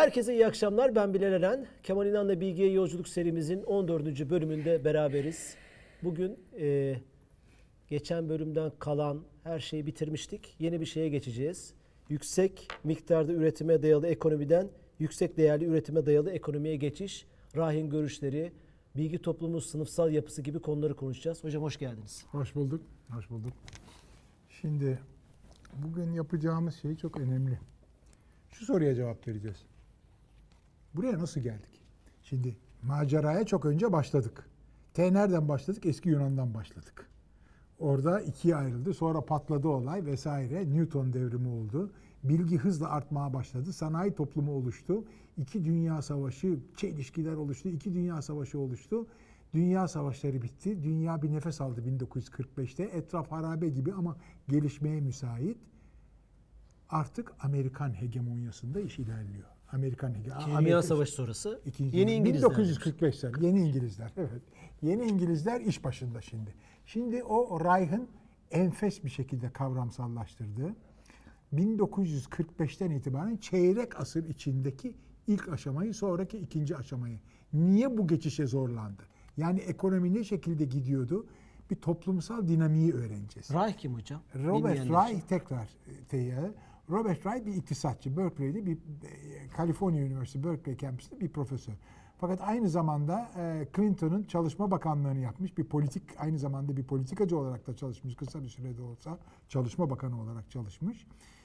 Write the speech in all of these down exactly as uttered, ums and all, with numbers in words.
Herkese iyi akşamlar. Ben Bilal Eren. Kemal İnan'la Bilgiye Yolculuk serimizin on dördüncü bölümünde beraberiz. Bugün e, geçen bölümden kalan her şeyi bitirmiştik. Yeni bir şeye geçeceğiz. Yüksek miktarda üretime dayalı ekonomiden yüksek değerli üretime dayalı ekonomiye geçiş, Rah'in görüşleri, bilgi toplumu sınıfsal yapısı gibi konuları konuşacağız. Hocam hoş geldiniz. Hoş bulduk. Hoş bulduk. Şimdi bugün yapacağımız şey çok önemli. Şu soruya cevap vereceğiz. Buraya nasıl geldik? Şimdi maceraya çok önce başladık. T nereden başladık? Eski Yunan'dan başladık. Orada ikiye ayrıldı. Sonra patladı olay vesaire. Newton devrimi oldu. Bilgi hızla artmaya başladı. Sanayi toplumu oluştu. İki dünya savaşı, çelişkiler oluştu. İki dünya savaşı oluştu. Dünya savaşları bitti. Dünya bir nefes aldı bin dokuz yüz kırk beşte. Etraf harabe gibi ama gelişmeye müsait. Artık Amerikan hegemonyasında iş ilerliyor. Amerikan hegemonyası. İkinci Dünya Savaşı sonrası İkinci yeni İngilizler. bin dokuz yüz kırk beşler. Yeni İngilizler. Evet. Yeni İngilizler iş başında şimdi. Şimdi o Reich'ın enfes bir şekilde kavramsallaştırdığı bin dokuz yüz kırk beşten itibaren çeyrek asır içindeki ilk aşamayı, sonraki ikinci aşamayı. Niye bu geçişe zorlandı? Yani ekonomi ne şekilde gidiyordu? Bir toplumsal dinamiği öğreneceğiz. Reich kim hocam? Robert Reich tekrar teyze. Robert Reich bir iktisatçı. Berkeley'de bir Kaliforniya Üniversitesi Berkeley kampüsünde bir profesör. Fakat aynı zamanda Clinton'ın Çalışma Bakanlığı'nı yapmış. Bir politik, aynı zamanda bir politikacı olarak da çalışmış. Kısa bir sürede olsa Çalışma Bakanı olarak çalışmış.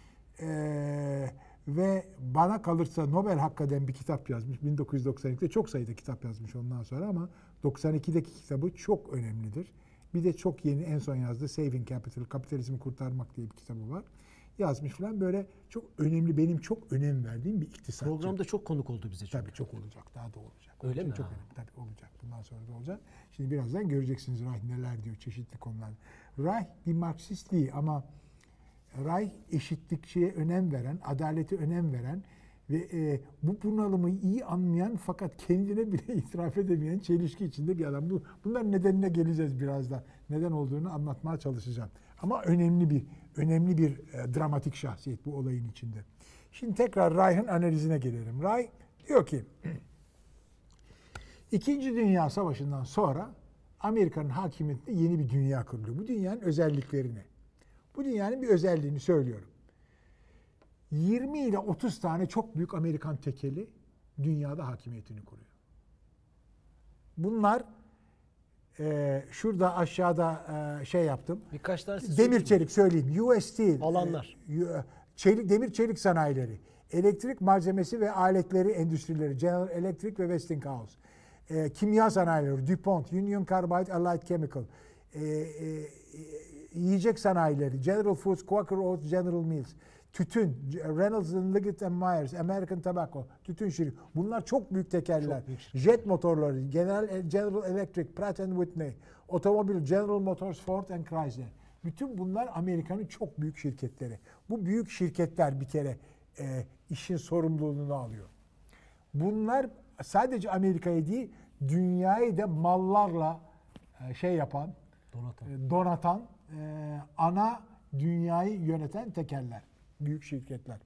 Ee, ve bana kalırsa Nobel Hak eden bir kitap yazmış. bin dokuz yüz doksan ikide çok sayıda kitap yazmış ondan sonra ama doksan ikideki kitabı çok önemlidir. Bir de çok yeni en son yazdığı Saving Capital, Kapitalizmi Kurtarmak diye bir kitabı var. Yazmış falan, böyle çok önemli, benim çok önem verdiğim bir iktisatçı. Programda çok konuk oldu bize çünkü. Tabii çok olacak, daha da olacak. Öyle mi? Çok önemli, tabii olacak. Bundan sonra da olacak. Şimdi birazdan göreceksiniz Reich neler diyor çeşitli konularda. Reich bir Marksist değil ama Reich eşitlikçiye önem veren, adalete önem veren ve e, bu bunalımı iyi anlayan fakat kendine bile itiraf edemeyen çelişki içinde bir adam. Bu, bunların nedenine geleceğiz birazdan. Neden olduğunu anlatmaya çalışacağım. Ama önemli bir önemli bir e, dramatik şahsiyet bu olayın içinde. Şimdi tekrar Reich'ın analizine gelelim. Reich diyor ki İkinci Dünya Savaşı'ndan sonra Amerika'nın hakimiyetinde yeni bir dünya kuruluyor. Bu dünyanın özellikleri ne? Bu dünyanın bir özelliğini söylüyorum. yirmi ile otuz tane çok büyük Amerikan tekeli dünyada hakimiyetini kuruyor. Çelik e, şurada aşağıda e, şey yaptım. Birkaç tane demir çelik söyleyeyim. U S Steel. Alanlar. E, çelik, demir çelik sanayileri. Elektrik malzemesi ve aletleri endüstrileri. General Electric ve Westinghouse. E, kimya sanayileri. DuPont, Union Carbide, Allied Chemical. E, e, yiyecek sanayileri. General Foods, Quaker Oats, General Mills. Tütün, Reynolds and Leggett and Myers, American Tobacco, tütün şirketi. Bunlar çok büyük tekerler. Çok büyük jet motorları, General, General Electric, Pratt and Whitney, otomobil, General Motors, Ford and Chrysler. Bütün bunlar Amerika'nın çok büyük şirketleri. Bu büyük şirketler bir kere e, işin sorumluluğunu alıyor. Bunlar sadece Amerika'yı değil, dünyayı da mallarla e, şey yapan, donatan, e, donatan e, ana dünyayı yöneten tekerler. Büyük şirketler.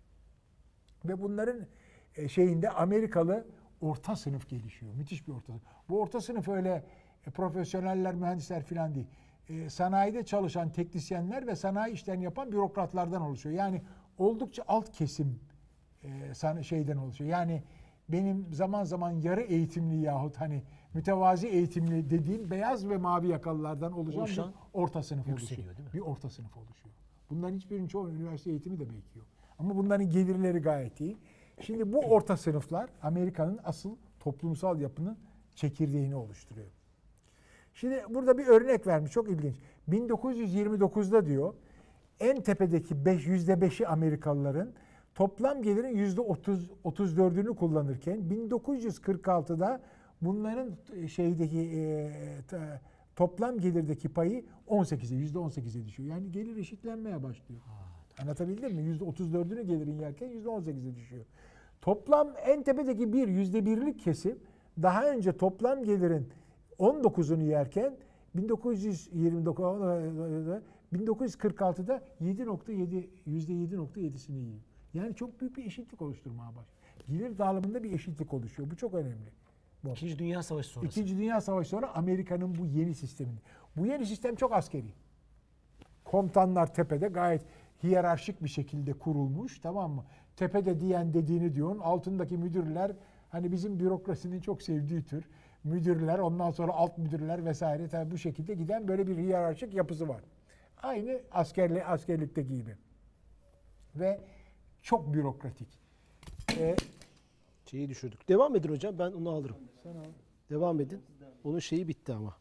Ve bunların şeyinde Amerikalı orta sınıf gelişiyor. Müthiş bir orta sınıf. Bu orta sınıf öyle profesyoneller, mühendisler falan değil. E, sanayide çalışan teknisyenler ve sanayi işlerini yapan bürokratlardan oluşuyor. Yani oldukça alt kesim e, şeyden oluşuyor. Yani benim zaman zaman yarı eğitimli yahut hani mütevazi eğitimli dediğim beyaz ve mavi yakalılardan oluşan bir orta sınıf oluşuyor. Bir orta sınıf oluşuyor. Bunların hiçbirinin çoğu üniversite eğitimi de belki yok. Ama bunların gelirleri gayet iyi. Şimdi bu orta sınıflar Amerika'nın asıl toplumsal yapının çekirdeğini oluşturuyor. Şimdi burada bir örnek vermiş, çok ilginç. bin dokuz yüz yirmi dokuzda diyor, en tepedeki yüzde beşi Amerikalıların toplam gelirin yüzde otuz otuz dördünü kullanırken bin dokuz yüz kırk altıda bunların şeydeki e, t, toplam gelirdeki payı on sekize, yüzde on sekize düşüyor. Yani gelir eşitlenmeye başlıyor. Ha, anlatabildim mi? yüzde otuz dördünü gelirin yerken yüzde on sekize düşüyor. Toplam en tepedeki bir yüzde birlik kesim daha önce toplam gelirin on dokuzunu yerken bin dokuz yüz yirmi dokuz bin dokuz yüz kırk altıda yedi nokta yedi yüzde yedi nokta yedisini yiyor. Yani çok büyük bir eşitlik oluşturmaya başlıyor. Gelir dağılımında bir eşitlik oluşuyor. Bu çok önemli. Bu. İkinci Dünya Savaşı sonrası. İkinci Dünya Savaşı sonra Amerika'nın bu yeni sisteminde. Bu yeni sistem çok askeri. Komutanlar tepede gayet hiyerarşik bir şekilde kurulmuş, tamam mı? Tepede diyen dediğini diyorsun. Altındaki müdürler hani bizim bürokrasinin çok sevdiği tür müdürler, ondan sonra alt müdürler vesaire, tabii bu şekilde giden böyle bir hiyerarşik yapısı var. Aynı askerli askerlikteki gibi. Ve çok bürokratik. Ee, Şeyi düşürdük. Devam edin hocam, ben onu alırım. Sen al. Devam edin. Onun şeyi bitti ama.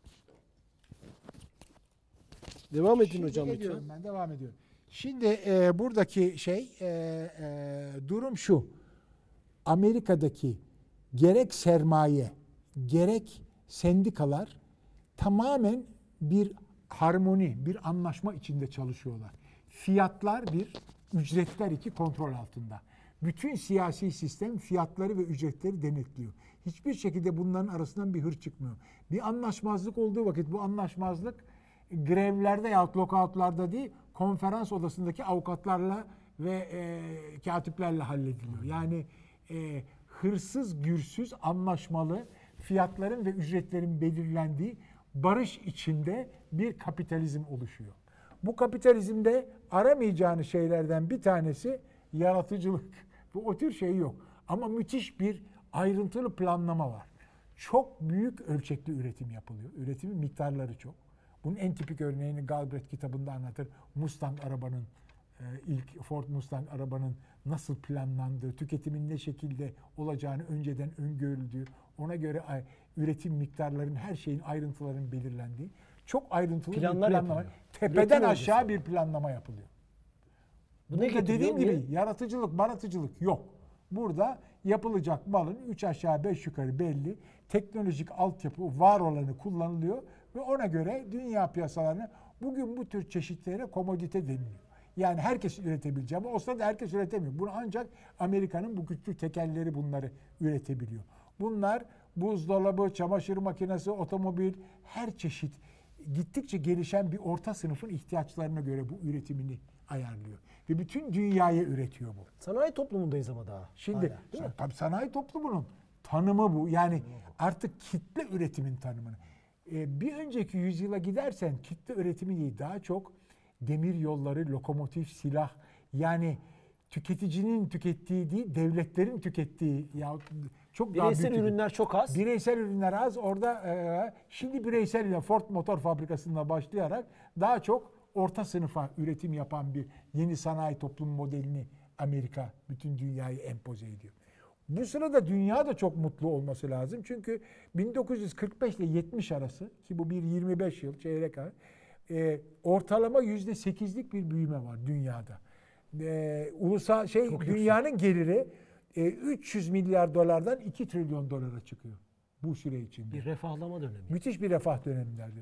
Devam edin Şimdi hocam geliyorum, lütfen. ben devam ediyorum. Şimdi e, buradaki şey e, e, durum şu. Amerika'daki gerek sermaye gerek sendikalar tamamen bir harmoni, bir anlaşma içinde çalışıyorlar. Fiyatlar bir, ücretler iki kontrol altında. Bütün siyasi sistem fiyatları ve ücretleri denetliyor. Hiçbir şekilde bunların arasından bir hır çıkmıyor. Bir anlaşmazlık olduğu vakit bu anlaşmazlık grevlerde yahut lockoutlarda değil, konferans odasındaki avukatlarla ve e, katiplerle hallediliyor. Yani e, hırsız, gürsüz, anlaşmalı fiyatların ve ücretlerin belirlendiği barış içinde bir kapitalizm oluşuyor. Bu kapitalizmde aramayacağınız şeylerden bir tanesi yaratıcılık. Bu o tür şey yok. Ama müthiş bir ayrıntılı planlama var. Çok büyük ölçekli üretim yapılıyor. Üretimin miktarları çok. Bunun en tipik örneğini Galbraith kitabında anlatır. Mustang arabanın, ilk Ford Mustang arabanın nasıl planlandığı, tüketimin ne şekilde olacağını önceden öngörüldüğü, ona göre üretim miktarlarının, her şeyin ayrıntılarının belirlendiği çok ayrıntılı Planlar bir planlama. yapılıyor. Tepeden Üretim aşağı öncesi. bir planlama yapılıyor. Bu ne Burada getiriyor? dediğim gibi Niye? yaratıcılık, baratıcılık yok. Burada yapılacak malın üç aşağı beş yukarı belli. Teknolojik altyapı var olanı kullanılıyor ve ona göre dünya piyasalarına bugün bu tür çeşitlere komodite deniliyor. Yani herkes üretebileceği ama o sırada herkes üretemiyor. Bunu ancak Amerika'nın bu güçlü tekelleri bunları üretebiliyor. Bunlar buzdolabı, çamaşır makinesi, otomobil, her çeşit gittikçe gelişen bir orta sınıfın ihtiyaçlarına göre bu üretimini ayarlıyor. Ve bütün dünyaya üretiyor bu. Sanayi toplumundayız ama daha. Şimdi Hala, değil mi? tabii sanayi toplumunun tanımı bu. Yani artık kitle üretimin tanımını. Ee, bir önceki yüzyıla gidersen kitle üretimi değil, daha çok demir yolları, lokomotif, silah, yani tüketicinin tükettiği değil, devletlerin tükettiği ya çok daha Bireysel büyük. ürünler çok az. Bireysel ürünler az. Orada e, şimdi bireysel ile Ford Motor Fabrikası'nda başlayarak daha çok orta sınıfa üretim yapan bir yeni sanayi toplum modelini Amerika bütün dünyayı empoze ediyor. Bu sırada dünya da çok mutlu olması lazım. Çünkü bin dokuz yüz kırk beş ile yetmiş arası, ki bu bir yirmi beş yıl çeyrek ay, e, ortalama yüzde sekizlik bir büyüme var dünyada. E, ulusal şey Çok dünyanın geliri e, üç yüz milyar dolardan iki trilyon dolara çıkıyor bu süre içinde. Bir refahlama dönemi. Müthiş bir refah dönemindedir.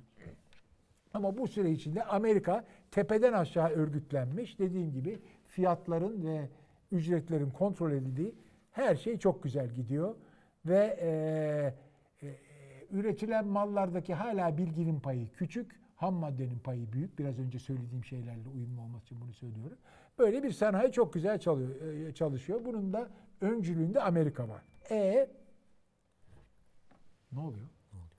Ama bu süre içinde Amerika tepeden aşağı örgütlenmiş. Dediğim gibi fiyatların ve ücretlerin kontrol edildiği her şey çok güzel gidiyor. Ve e, e, üretilen mallardaki hala bilginin payı küçük, ham maddenin payı büyük. Biraz önce söylediğim şeylerle uyumlu olması için bunu söylüyorum. Böyle bir sanayi çok güzel çalıyor, e, çalışıyor. Bunun da öncülüğünde Amerika var. E ne oluyor?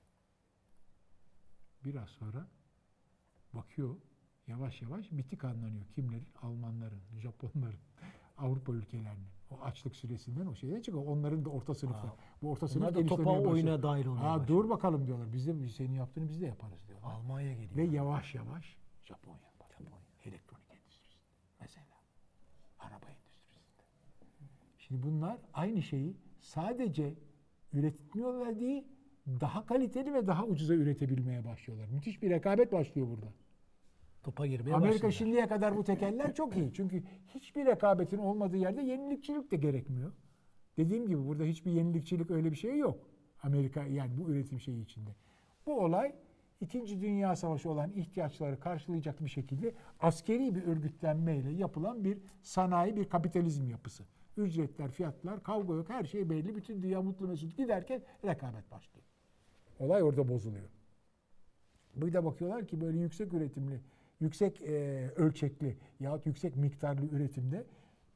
Biraz sonra bakıyor, yavaş yavaş bitik anlanıyor. Kimlerin? Almanların, Japonların, Avrupa ülkelerinin. O açlık süresinden o şeyden çıkıyor. Onların da orta sınıfı. Aa, Bu orta sınıf onlar da genişlemeye topa başlıyor. oyuna dahil olmaya Aa, başlıyor. dur bakalım diyorlar. Biz de senin yaptığını biz de yaparız diyorlar. Almanya geliyor. Ve yavaş yavaş Japonya, Japonya. Elektronik endüstrisinde. Mesela araba endüstrisinde. Şimdi bunlar aynı şeyi sadece üretmiyorlar değil, daha kaliteli ve daha ucuza üretebilmeye başlıyorlar. Müthiş bir rekabet başlıyor burada. Topa girmeye Amerika başladılar. şimdiye kadar bu tekeller çok iyi. Çünkü hiçbir rekabetin olmadığı yerde yenilikçilik de gerekmiyor. Dediğim gibi burada hiçbir yenilikçilik, öyle bir şey yok. Amerika, yani bu üretim şeyi içinde. Bu olay İkinci Dünya Savaşı olan ihtiyaçları karşılayacak bir şekilde askeri bir örgütlenmeyle yapılan bir sanayi, bir kapitalizm yapısı. Ücretler, fiyatlar, kavga yok, her şey belli. Bütün dünya mutlu mesut giderken rekabet başlıyor. Olay orada bozuluyor. Bir de bakıyorlar ki böyle yüksek üretimli, yüksek e, ölçekli yahut yüksek miktarlı üretimde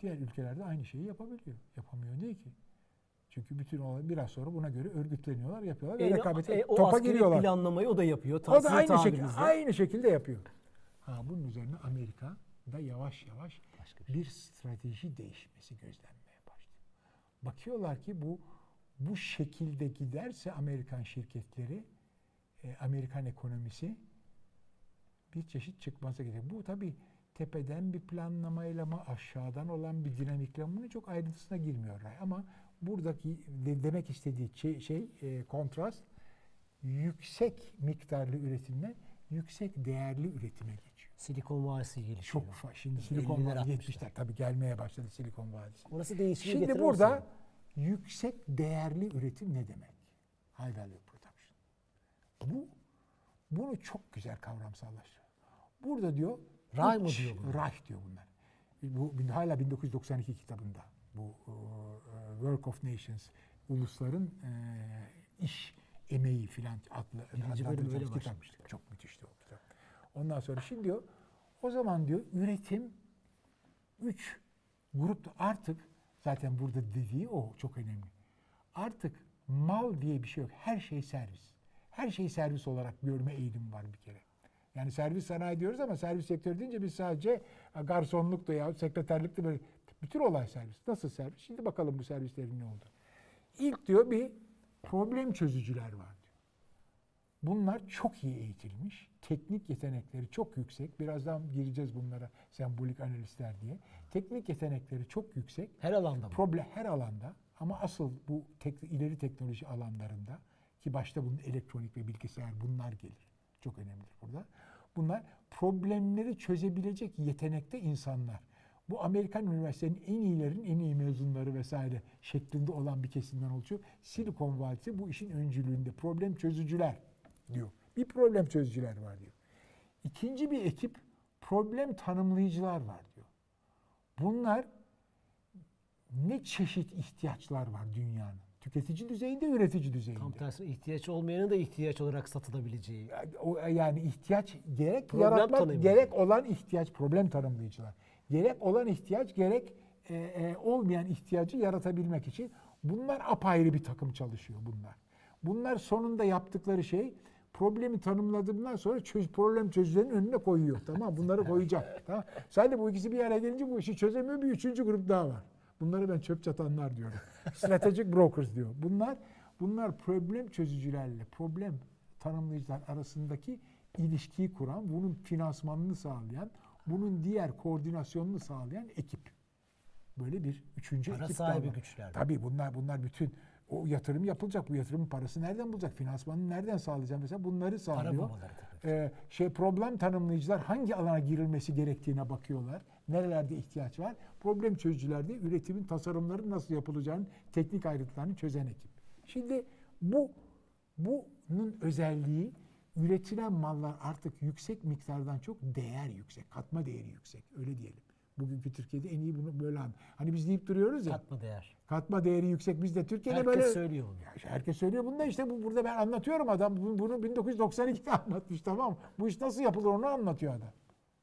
Diğer ülkelerde aynı şeyi yapabiliyor. Yapamıyor değil ki. Çünkü bütün olay biraz sonra buna göre örgütleniyorlar, yapıyorlar ve E, rekabete e, o topa askeri giriyorlar. planlamayı o da yapıyor. O da Sizin aynı şekilde tabirinizle. aynı şekilde yapıyor. Ha bunun üzerine Amerika da yavaş yavaş Başka bir bir strateji değişmesi gözlenmeye başladı. Bakıyorlar ki bu bu şekilde giderse Amerikan şirketleri, e, Amerikan ekonomisi bir çeşit çıkmaza gidiyor. Bu tabii tepeden bir planlamayla mı, aşağıdan olan bir dinamikle mi, bunun çok ayrıntısına girmiyorlar. Ama buradaki de, demek istediği şey, şey e, kontrast yüksek miktarlı üretimle yüksek değerli üretime geçiyor. Silikon Vadisi gelişiyor. Çok fa- şimdi Silikon Vadisi yetmişler tabii gelmeye başladı Silikon Vadisi. Orası değişimi Şimdi getiren burada olsun. yüksek değerli üretim ne demek? High value production. Bu bunu çok güzel kavramsallaştırıyor. Burada diyor Ray mı üç- diyor bunlar? Reich diyor bunlar. Bu bin- hala bin dokuz yüz doksan iki kitabında bu e, Work of Nations, ulusların e, iş emeği filan adlı Birinci adlandırılan bölüm öyle kitap. başlamıştı. Çok müthişti o kitap. Ondan sonra şimdi diyor o zaman diyor üretim üç grup artık zaten burada dediği o çok önemli. Artık mal diye bir şey yok. Her şey servis. Her şeyi servis olarak görme eğilimi var bir kere. Yani servis sanayi diyoruz ama servis sektörü deyince biz sadece garsonluk da ya sekreterlik de böyle bütün olay servis. Nasıl servis? Şimdi bakalım bu servislerin ne oldu. İlk diyor bir problem çözücüler var diyor. Bunlar çok iyi eğitilmiş. Teknik yetenekleri çok yüksek. Birazdan gireceğiz bunlara sembolik analistler diye. Teknik yetenekleri çok yüksek. Her alanda mı? Problem her alanda ama asıl bu tek, ileri teknoloji alanlarında ki başta bunun elektronik ve bilgisayar bunlar gelir. Çok önemlidir burada. Bunlar problemleri çözebilecek yetenekte insanlar. Bu Amerikan üniversitelerinin en iyilerin en iyi mezunları vesaire şeklinde olan bir kesimden oluşuyor. Silikon Vadisi bu işin öncülüğünde problem çözücüler diyor. Bir problem çözücüler var diyor. İkinci bir ekip problem tanımlayıcılar var diyor. Bunlar ne çeşit ihtiyaçlar var dünyanın? Tüketici düzeyinde, üretici düzeyinde. Tam tersi ihtiyaç olmayanın da ihtiyaç olarak satılabileceği. O yani ihtiyaç gerek Problem yaratmak, tanımlayıcı. gerek olan ihtiyaç, problem tanımlayıcılar. Gerek olan ihtiyaç, gerek e, e, olmayan ihtiyacı yaratabilmek için bunlar apayrı bir takım çalışıyor bunlar. Bunlar sonunda yaptıkları şey problemi tanımladığından sonra çöz, problem çözücülerin önüne koyuyor. Tamam bunları koyacak. Tamam. Sadece bu ikisi bir araya gelince bu işi çözemiyor. Bir üçüncü grup daha var. Bunları ben çöp çatanlar diyorum. Strategic brokers diyor. Bunlar bunlar problem çözücülerle problem tanımlayıcılar arasındaki ilişkiyi kuran, bunun finansmanını sağlayan, bunun diğer koordinasyonunu sağlayan ekip. Böyle bir üçüncü Para ekip daha sahibi var. güçler. Tabii bunlar bunlar bütün o yatırım yapılacak. Bu yatırımın parası nereden bulacak? Finansmanını nereden sağlayacak? Mesela bunları sağlıyor. babaları tabii. Ee, şey problem tanımlayıcılar hangi alana girilmesi gerektiğine bakıyorlar. Nerelerde ihtiyaç var? Problem çözücüler de üretimin tasarımların nasıl yapılacağını, teknik ayrıntılarını çözen ekip. Şimdi bu bunun özelliği üretilen mallar artık yüksek miktardan çok değer yüksek, katma değeri yüksek. Öyle diyelim. Bugünkü Türkiye'de en iyi bunu böyle an. Hani biz deyip duruyoruz ya. Katma değer. Katma değeri yüksek. Biz de Türkiye'de Herkes böyle söylüyor bunu. Ya işte herkes söylüyor bunu da işte bu burada ben anlatıyorum adam bunu, bunu bin dokuz yüz doksan ikide anlatmış tamam mı? Bu iş nasıl yapılır onu anlatıyor adam.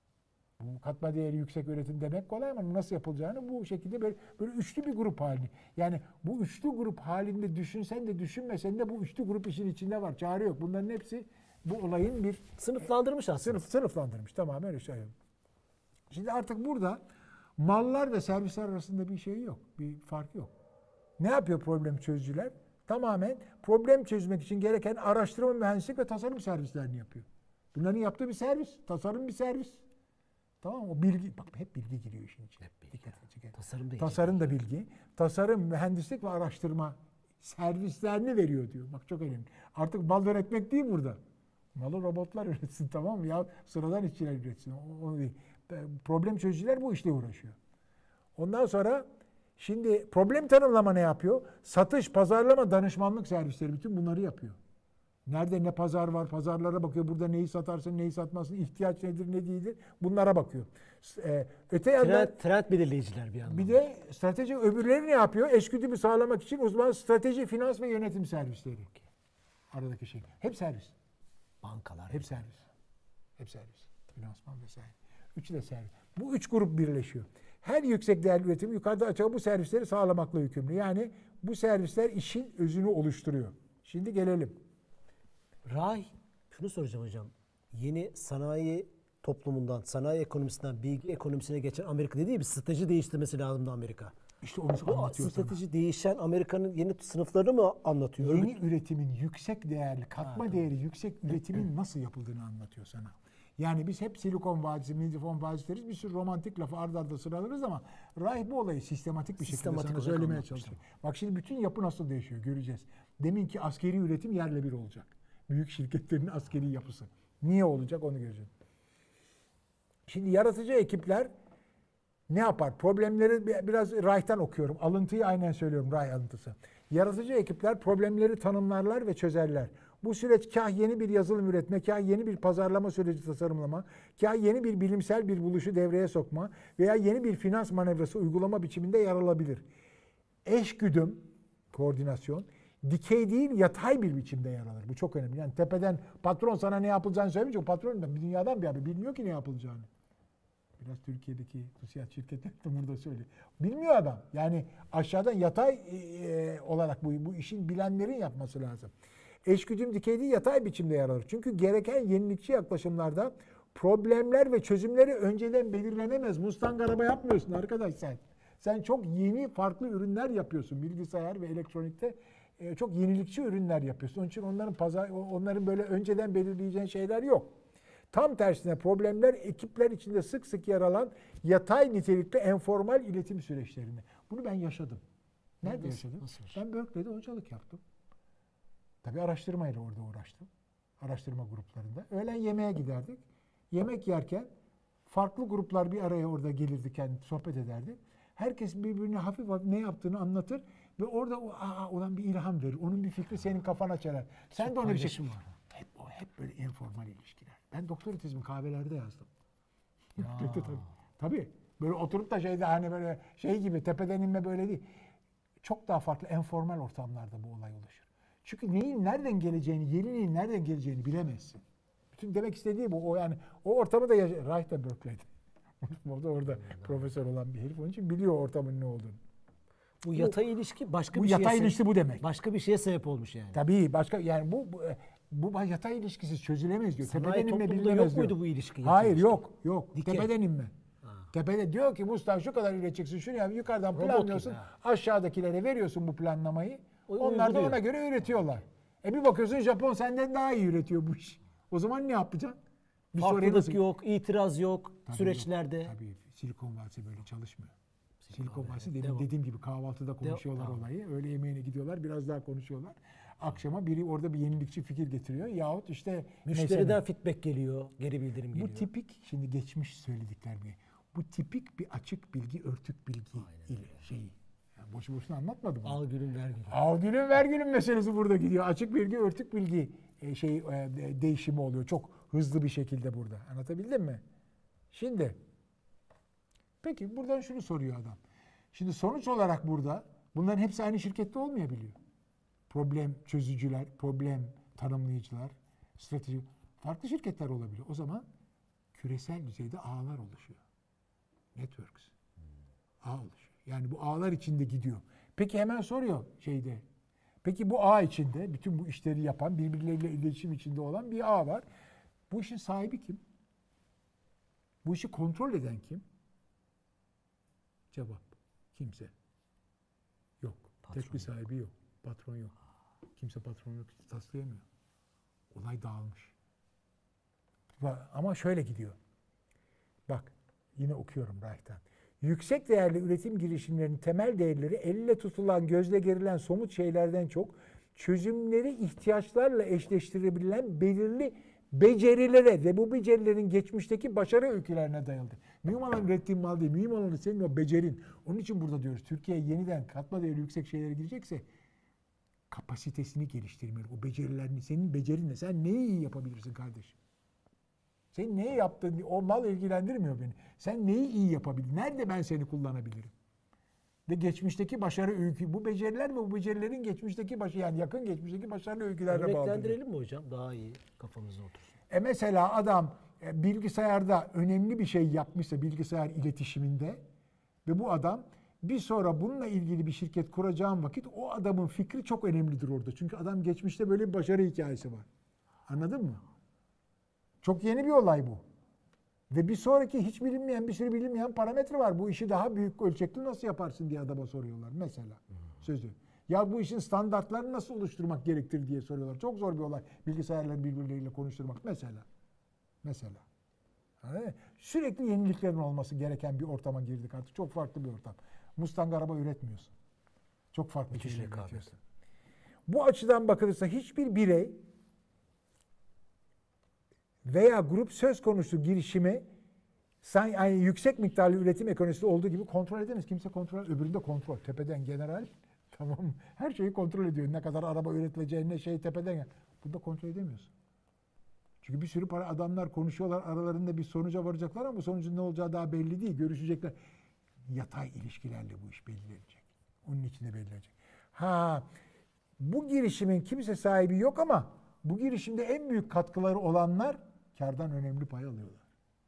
Bu katma değeri yüksek üretim demek kolay ama nasıl yapılacağını bu şekilde böyle, böyle üçlü bir grup halinde. Yani bu üçlü grup halinde düşünsen de düşünmesen de bu üçlü grup işin içinde var. Çare yok. Bunların hepsi bu olayın bir Sınıflandırmış aslında. sınıf sınıflandırmış. Tamamen öyle şey. Şimdi artık burada mallar ve servisler arasında bir şey yok. Bir fark yok. Ne yapıyor problem çözücüler? Tamamen problem çözmek için gereken araştırma, mühendislik ve tasarım servislerini yapıyor. Bunların yaptığı bir servis. Tasarım bir servis. Tamam mı? O bilgi, bak hep bilgi giriyor işin içine. Hep bilgi. Dikkat edin. Tasarım da Tasarım da bilgi. Tasarım, mühendislik ve araştırma servislerini veriyor diyor. Bak çok önemli. Artık mal üretmek değil burada. Malı robotlar üretsin tamam mı? Ya sıradan işçiler üretsin. O, o değil. Problem çözücüler bu işle uğraşıyor. Ondan sonra şimdi problem tanımlama ne yapıyor? Satış, pazarlama, danışmanlık servisleri bütün bunları yapıyor. Nerede ne pazar var, pazarlara bakıyor. Burada neyi satarsın, neyi satmazsın, ihtiyaç nedir, ne değildir bunlara bakıyor. Ee, öte yandan Trend, trend belirleyiciler bir yandan. bir de strateji öbürleri ne yapıyor? Eşgüdümü sağlamak için uzman strateji, finans ve yönetim servisleri. Aradaki şey. Hep servis. Bankalar. Hep servis. Hep servis. Finansman vesaire. Üçü de servis. Bu üç grup birleşiyor. Her yüksek değerli üretim yukarıda açığa bu servisleri sağlamakla yükümlü. Yani bu servisler işin özünü oluşturuyor. Şimdi gelelim. Ray, şunu soracağım hocam. Yeni sanayi toplumundan, sanayi ekonomisinden bilgi ekonomisine geçen Amerika dediği bir strateji değiştirmesi lazımdı Amerika. İşte onu Bu anlatıyor strateji sana. değişen Amerika'nın yeni sınıflarını mı anlatıyor? Yeni Örgüt- üretimin yüksek değerli, katma Ha, değeri yüksek üretimin nasıl yapıldığını anlatıyor sana. Yani biz hep Silikon Vadisi, Midifon Vadisi deriz. Bir sürü romantik lafı arda arda sıralarız ama Ray bu olayı sistematik bir Sistematik şekilde sana olarak söylemeye anlatmış. çalışıyor. Bak şimdi bütün yapı nasıl değişiyor göreceğiz. Deminki askeri üretim yerle bir olacak. Büyük şirketlerin askeri yapısı. Niye olacak onu göreceğiz. Şimdi yaratıcı ekipler ne yapar? Problemleri bi- biraz Ray'tan okuyorum. Alıntıyı aynen söylüyorum, Ray alıntısı. Yaratıcı ekipler problemleri tanımlarlar ve çözerler. Bu süreç kah yeni bir yazılım üretme, kah yeni bir pazarlama süreci tasarımlama, kah yeni bir bilimsel bir buluşu devreye sokma veya yeni bir finans manevrası uygulama biçiminde yer alabilir. Eşgüdüm, koordinasyon, dikey değil yatay bir biçimde yer alır. Bu çok önemli. Yani tepeden patron sana ne yapılacağını söylemeyecek. O patron da bir dünyadan bir abi bilmiyor ki ne yapılacağını. Biraz Türkiye'deki TÜSİAD şirketler de burada söylüyor. Bilmiyor adam. Yani aşağıdan yatay e, olarak bu, bu işin bilenlerin yapması lazım. Eşgüdüm dikey değil yatay biçimde yer alır. Çünkü gereken yenilikçi yaklaşımlarda problemler ve çözümleri önceden belirlenemez. Mustang araba yapmıyorsun arkadaş sen. Sen çok yeni farklı ürünler yapıyorsun. Bilgisayar ve elektronikte e, çok yenilikçi ürünler yapıyorsun. Onun için onların pazar, onların böyle önceden belirleyeceğin şeyler yok. Tam tersine problemler ekipler içinde sık sık yer alan yatay nitelikli enformal iletim süreçlerini. Bunu ben yaşadım. Nerede Nasıl- yaşadım? nasıl bir Ben Berkeley'de hocalık yaptım. Tabii araştırmayla orada uğraştım. Araştırma gruplarında. Öğlen yemeğe giderdik. Yemek yerken farklı gruplar bir araya orada gelirdi, kendi sohbet ederdi. Herkes birbirine hafif hafif ne yaptığını anlatır ve orada o aa, olan bir ilham verir. Onun bir fikri senin kafana çalar. Sen de ona bir şey... paylaşım var. Hep, o, hep böyle informal ilişkiler. Ben doktora tezimi kahvelerde yazdım. tabii. Tabii. Böyle oturup da şeyde hani böyle şey gibi tepeden inme böyle değil. Çok daha farklı informal ortamlarda bu olay oluşur. Çünkü neyin nereden geleceğini, yeniliğin nereden geleceğini bilemezsin. Bütün demek istediği bu. O yani o ortamı da yaşa... Reich de Berkeley'de. Orada orada profesör olan bir herif. Onun için biliyor ortamın ne olduğunu. Bu yatay ilişki başka Bu bir şeye yatay sebep- ilişki bu demek. Başka bir şeye sebep olmuş yani. Tabii başka yani bu bu, bu yatay ilişkisiz çözülemez diyor. Sanayi Tepeden inme toplumunda bilinemez yok diyor. muydu bu ilişki, yatay Hayır ilişki? yok yok. Dikey. Tepeden inme. Ha. Tepede diyor ki Mustafa şu kadar üreteceksin şunu yap. Yukarıdan Robot planlıyorsun. gibi, ha. Aşağıdakilere veriyorsun bu planlamayı. O Onlar da uyguluyor. ona göre üretiyorlar. E bir bakıyorsun Japon senden daha iyi üretiyor bu iş. O zaman ne yapacaksın? Bir soruya Farklılık nasıl- yok, itiraz yok Tabii süreçlerde. yok. Tabii Silikon Vadisi böyle çalışmıyor. Silikon Vadisi, Vadisi dedim, devam. dediğim gibi kahvaltıda konuşuyorlar Devam. olayı. Öğle yemeğine gidiyorlar biraz daha konuşuyorlar. Akşama biri orada bir yenilikçi fikir getiriyor. Yahut işte Müşteriden mesela- feedback geliyor, geri bildirim geliyor. bu tipik şimdi geçmiş söyledikler mi? Bu tipik bir açık bilgi, örtük bilgi ile şeyi. Yani boşu boşuna anlatmadım. bunu. Al gülüm ver gülüm. Al gülüm ver gülüm meselesi burada gidiyor. Açık bilgi, örtük bilgi e, şey e, de- değişimi oluyor. Çok hızlı bir şekilde burada. Anlatabildim mi? Şimdi peki buradan şunu soruyor adam. Şimdi sonuç olarak burada bunların hepsi aynı şirkette olmayabiliyor. Problem çözücüler, problem tanımlayıcılar, strateji farklı şirketler olabiliyor. O zaman küresel düzeyde ağlar oluşuyor. Networks. Ağ oluşuyor. Yani bu ağlar içinde gidiyor. Peki hemen soruyor şeyde. Peki bu ağ içinde bütün bu işleri yapan, birbirleriyle iletişim içinde olan bir ağ var. Bu işin sahibi kim? Bu işi kontrol eden kim? Cevap. Kimse. Yok. Patron Tek bir sahibi yok. Patron yok. Kimse patron yok. Taslayamıyor. Olay dağılmış. Va- Ama şöyle gidiyor. Bak yine okuyorum Reich'tan. Yüksek değerli üretim girişimlerinin temel değerleri elle tutulan, gözle görülen somut şeylerden çok çözümleri ihtiyaçlarla eşleştirebilen belirli becerilere ve bu becerilerin geçmişteki başarı öykülerine dayalıdır. Mühim olan ürettiğin mal değil, mühim olan senin o becerin. Onun için burada diyoruz Türkiye yeniden katma değeri yüksek şeylere girecekse kapasitesini geliştirmeli. O becerilerini, senin becerinle sen neyi iyi yapabilirsin kardeşim? Sen neyi yaptın? O mal ilgilendirmiyor beni. Sen neyi iyi yapabilirsin? Nerede ben seni kullanabilirim? Ve geçmişteki başarı öykü. Bu beceriler ve bu becerilerin geçmişteki başarı, yani yakın geçmişteki başarılı öykülerle bağlıdır. Örneklendirelim mi hocam? Daha iyi kafamıza otursun. E mesela adam e, bilgisayarda önemli bir şey yapmışsa bilgisayar iletişiminde Ve bu adam bir sonra bununla ilgili bir şirket kuracağım vakit o adamın fikri çok önemlidir orada. Çünkü adam geçmişte böyle bir başarı hikayesi var. Anladın mı? Çok yeni bir olay bu. Ve bir sonraki hiç bilinmeyen, bir sürü bilinmeyen parametre var. Bu işi daha büyük ölçekli nasıl yaparsın diye adama soruyorlar mesela. Sözü. Ya bu işin standartlarını nasıl oluşturmak gerektir diye soruyorlar. Çok zor bir olay. Bilgisayarları birbirleriyle konuşturmak mesela. Mesela. Yani sürekli yeniliklerin olması gereken bir ortama girdik artık. Çok farklı bir ortam. Mustang araba üretmiyorsun. Çok farklı Müthiş şeyler rekabet. üretiyorsun. Bu açıdan bakılırsa hiçbir birey veya grup söz konusu girişimi yani yüksek miktarlı üretim ekonomisi olduğu gibi kontrol edemez. Kimse kontrol, öbüründe kontrol. Tepeden general, tamam mı? Her şeyi kontrol ediyor. Ne kadar araba üretileceği, ne şey tepeden. Bunda kontrol edemiyorsun. Çünkü bir sürü para adamlar konuşuyorlar, aralarında bir sonuca varacaklar ama bu sonucun ne olacağı daha belli değil. Görüşecekler. Yatay ilişkilerle bu iş belirlenecek. Onun içinde belirlenecek. Ha, bu girişimin kimse sahibi yok ama bu girişimde en büyük katkıları olanlar kardan önemli pay alıyorlar.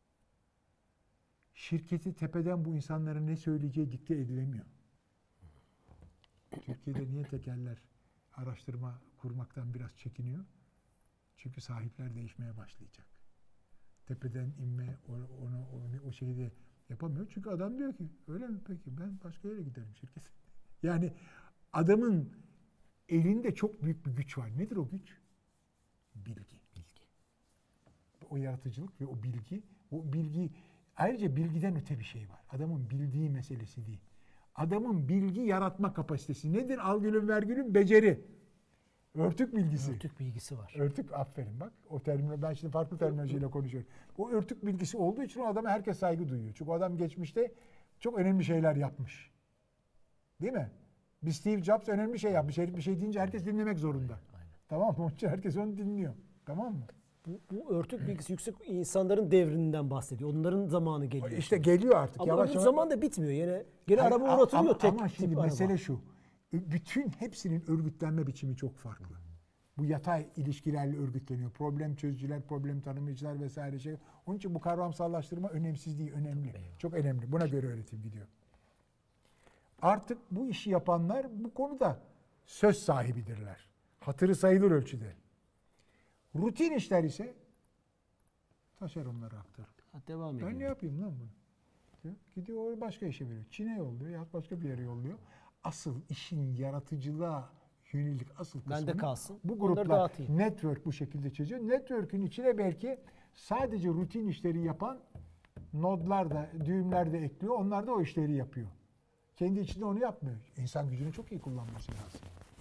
Şirketi tepeden bu insanların ne söyleyeceği dikte edilemiyor. Türkiye'de niye tekerler araştırma kurmaktan biraz çekiniyor? Çünkü sahipler değişmeye başlayacak. Tepeden inme, onu, onu, onu o şeyi de yapamıyor. Çünkü adam diyor ki, öyle mi peki ben başka yere giderim şirket. Yani adamın elinde çok büyük bir güç var. Nedir o güç? Bilgi. Bilgi. O yaratıcılık ve o bilgi, o bilgi ayrıca bilgiden öte bir şey var. Adamın bildiği meselesi değil. Adamın bilgi yaratma kapasitesi. Nedir? Al gülüm ver gülüm beceri. Örtük bilgisi. Örtük bilgisi var. Örtük, aferin bak. O termin, ben şimdi farklı terminolojiyle konuşuyorum. O örtük bilgisi olduğu için o adama herkes saygı duyuyor. Çünkü o adam geçmişte çok önemli şeyler yapmış. Değil mi? Bir Steve Jobs önemli şey yapmış. Herif bir şey deyince herkes dinlemek zorunda. Aynen. Tamam mı? Onun için herkes onu dinliyor. Tamam mı? Bu, bu örtük bilgisi yüksek insanların devrinden bahsediyor. Onların zamanı geliyor. İşte şimdi. geliyor artık. Ama yavaş öbür yavaş. zaman da bitmiyor. Yine gene Hayır, araba ama- üretiliyor ama, tek ama tip şimdi araba. mesele şu. Bütün hepsinin örgütlenme biçimi çok farklı. Bu yatay ilişkilerle örgütleniyor. Problem çözücüler, problem tanımlayıcılar vesaire şey. Onun için bu kavramsallaştırma önemsiz değil, önemli. Çok önemli. Buna göre öğretim gidiyor. Artık bu işi yapanlar bu konuda söz sahibidirler. Hatırı sayılır ölçüde. Rutin işler ise taşeronlara aktarır. Ha, devam ediyor. Ben ne yapayım lan bunu? Diyor. Gidiyor başka işe veriyor. Çin'e yolluyor ya başka bir yere yolluyor. Asıl işin yaratıcılığa yönelik asıl kısmını Bende kalsın. bu Onları gruplar dağıtayım. network bu şekilde çözüyor. Network'ün içine belki sadece rutin işleri yapan nodlar da düğümler de ekliyor. Onlar da o işleri yapıyor. Kendi içinde onu yapmıyor. İnsan gücünü çok iyi kullanması lazım.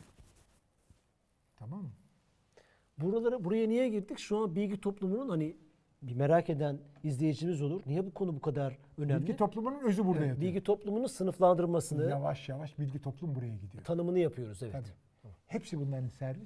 Tamam mı? Buralara, buraya niye girdik? Şu an bilgi toplumunun hani bir merak eden izleyicimiz olur. Niye bu konu bu kadar önemli? Bilgi toplumunun özü burada Evet, yatıyor. bilgi toplumunun sınıflandırmasını, Yavaş yavaş bilgi toplum buraya gidiyor. tanımını yapıyoruz. Evet. Tabii. Hepsi bunların servis.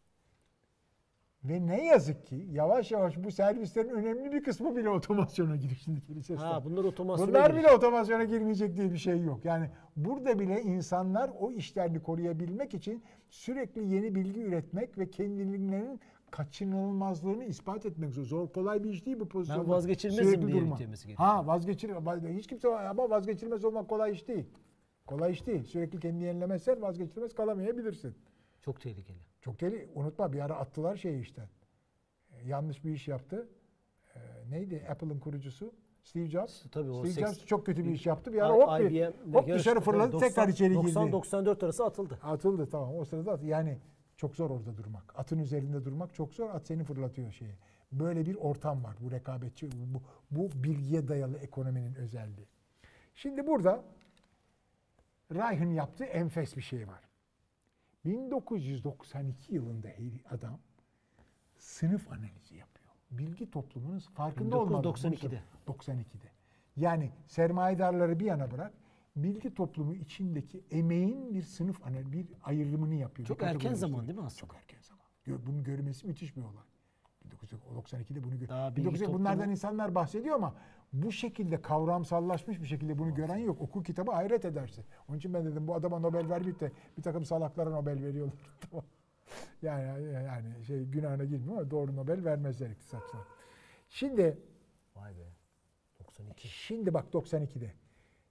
Ve ne yazık ki yavaş yavaş bu servislerin önemli bir kısmı bile otomasyona giriyor. Şimdi Ha, bunlar otomasyona Bunlar girecek. bile otomasyona girmeyecek diye bir şey yok. Yani burada bile insanlar o işlerini koruyabilmek için sürekli yeni bilgi üretmek ve kendilerinin kaçınılmazlığını ispat etmek zor. Zor kolay bir iş değil bu pozisyonda. Ben vazgeçilmezim Sürekli diye durma. bitirmesi gerekiyor. Ha vazgeçil hiç kimse ama vazgeçilmez olmak kolay iş değil. Kolay iş değil. Sürekli kendini yenilemezsen vazgeçilmez kalamayabilirsin. Çok tehlikeli. Çok deli. Unutma bir ara attılar şeyi işten. Ee, yanlış bir iş yaptı. Ee, neydi? Apple'ın kurucusu Steve Jobs. Tabii o Steve seks- Jobs çok kötü bir iş yaptı. Bir ara hop, I bir, B M 'le hop yarış- dışarı fırladı doksan tekrar içeri girdi. doksan doksan dört arası atıldı. Atıldı tamam. O sırada atı. Yani çok zor orada durmak. Atın üzerinde durmak çok zor. At seni fırlatıyor şeyi. Böyle bir ortam var. Bu rekabetçi, bu, bu bilgiye dayalı ekonominin özelliği. Şimdi burada Reich'ın yaptığı enfes bir şey var. bin dokuz yüz doksan iki yılında adam sınıf analizi yapıyor. Bilgi toplumunun farkında bin dokuz yüz olmadan. doksan ikide. doksan ikide. Yani sermayedarları bir yana bırak, bilgi toplumu içindeki emeğin bir sınıf analizi, bir ayrımını yapıyor. Çok bir erken kategori zaman oluşturuyor. değil mi aslında? Çok erken zaman. Gör- Bunu görmesi müthiş bir olay. bin dokuz yüz doksan ikide bunu gör. Daha bilgi bin dokuz yüz bunlardan toplumu- insanlar bahsediyor ama bu şekilde kavramsallaşmış bir şekilde bunu gören yok. Oku kitabı hayret edersin. Onun için ben dedim bu adama Nobel vermeyip de bir takım salaklara Nobel veriyorlar. Tamam. Yani yani şey günahına girmiyor ama doğru Nobel vermezler iktisatçılar. Şimdi Vay be. doksan iki. şimdi bak doksan ikide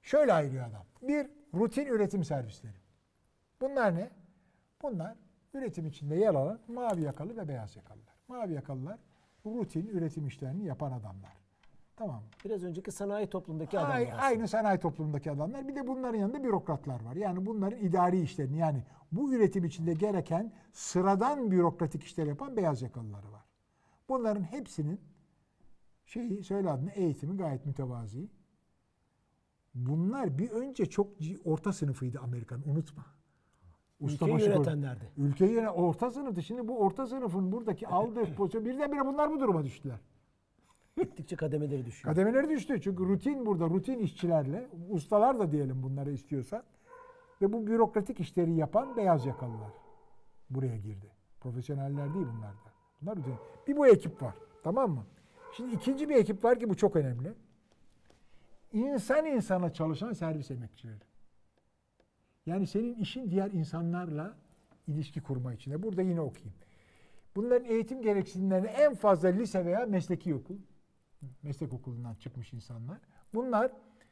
Şöyle ayırıyor adam. Bir, rutin üretim servisleri. Bunlar ne? Bunlar üretim içinde yer alan mavi yakalı ve beyaz yakalılar. Mavi yakalılar rutin üretim işlerini yapan adamlar. Tamam mı? Biraz önceki sanayi toplumundaki adamlar Ay- aslında. Aynı sanayi toplumundaki adamlar. Bir de bunların yanında bürokratlar var. Yani bunların idari işlerini, yani bu üretim içinde gereken sıradan bürokratik işler yapan beyaz yakalıları var. Bunların hepsinin şeyi, söyle adını, eğitimi gayet mütevazi. Bunlar bir önce çok c- orta sınıfıydı Amerika'nın, unutma. Ülkeyi Ustabaşı- yönetenlerdi. Ülkeyi yöne- orta sınıftı. Şimdi bu orta sınıfın buradaki aldığı pozisyon, birdenbire bunlar bu duruma düştüler. Gittikçe kademeleri düşüyor. Kademeleri düştü. Çünkü rutin burada, rutin işçilerle, ustalar da diyelim bunları istiyorsa, ve bu bürokratik işleri yapan beyaz yakalılar buraya girdi. Profesyoneller değil bunlar da. Bunlar rutin. Bir bu ekip var. Tamam mı? Şimdi ikinci bir ekip var ki bu çok önemli. İnsan insana çalışan servis emekçileri. Yani senin işin diğer insanlarla ilişki kurma içinde. Burada yine okuyayım. Bunların eğitim gereksinimlerini en fazla lise veya mesleki okul, meslek okulundan çıkmış insanlar. Bunlar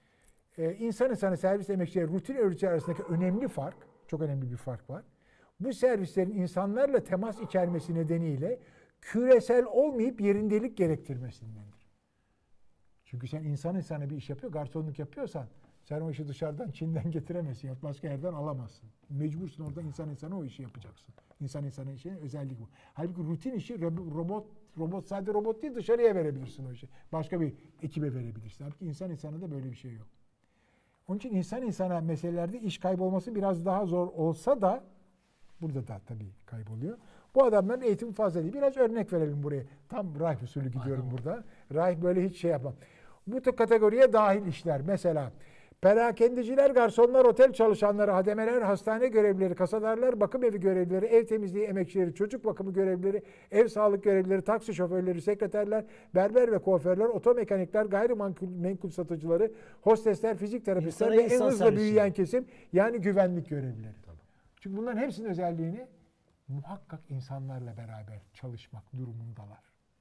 e, insan insana servis emekçileri, rutin öğretici arasındaki önemli fark, çok önemli bir fark var. Bu servislerin insanlarla temas içermesi nedeniyle küresel olmayıp yerindelik gerektirmesindendir. Çünkü sen insan insana bir iş yapıyor, garsonluk yapıyorsan sen o işi dışarıdan, Çin'den getiremezsin. Ya başka yerden alamazsın. Mecbursun oradan insan insana o işi yapacaksın. İnsan insana işinin özelliği bu. Halbuki rutin işi robot, robot sadece robot değil, dışarıya verebilirsin o işi. Başka bir ekibe verebilirsin. Halbuki insan insana da böyle bir şey yok. Onun için insan insana meselelerde iş kaybolması biraz daha zor olsa da burada da tabii kayboluyor. Bu adamların eğitimi fazla değil. Biraz örnek verelim buraya. Tam Reich usulü gidiyorum burada. Reich böyle hiç şey yapmam. Bu tür kategoriye dahil işler. Mesela perakendiciler, garsonlar, otel çalışanları, hademeler, hastane görevlileri, kasadarlar, bakım evi görevlileri, ev temizliği emekçileri, çocuk bakımı görevlileri, ev sağlık görevlileri, taksi şoförleri, sekreterler, berber ve kuaförler, otomekanikler, gayrimenkul menkul satıcıları, hostesler, fizik terapistler İnsana ve en insan hızla servisi. büyüyen kesim yani güvenlik görevlileri. Çünkü bunların hepsinin özelliğini muhakkak insanlarla beraber çalışmak durumundalar.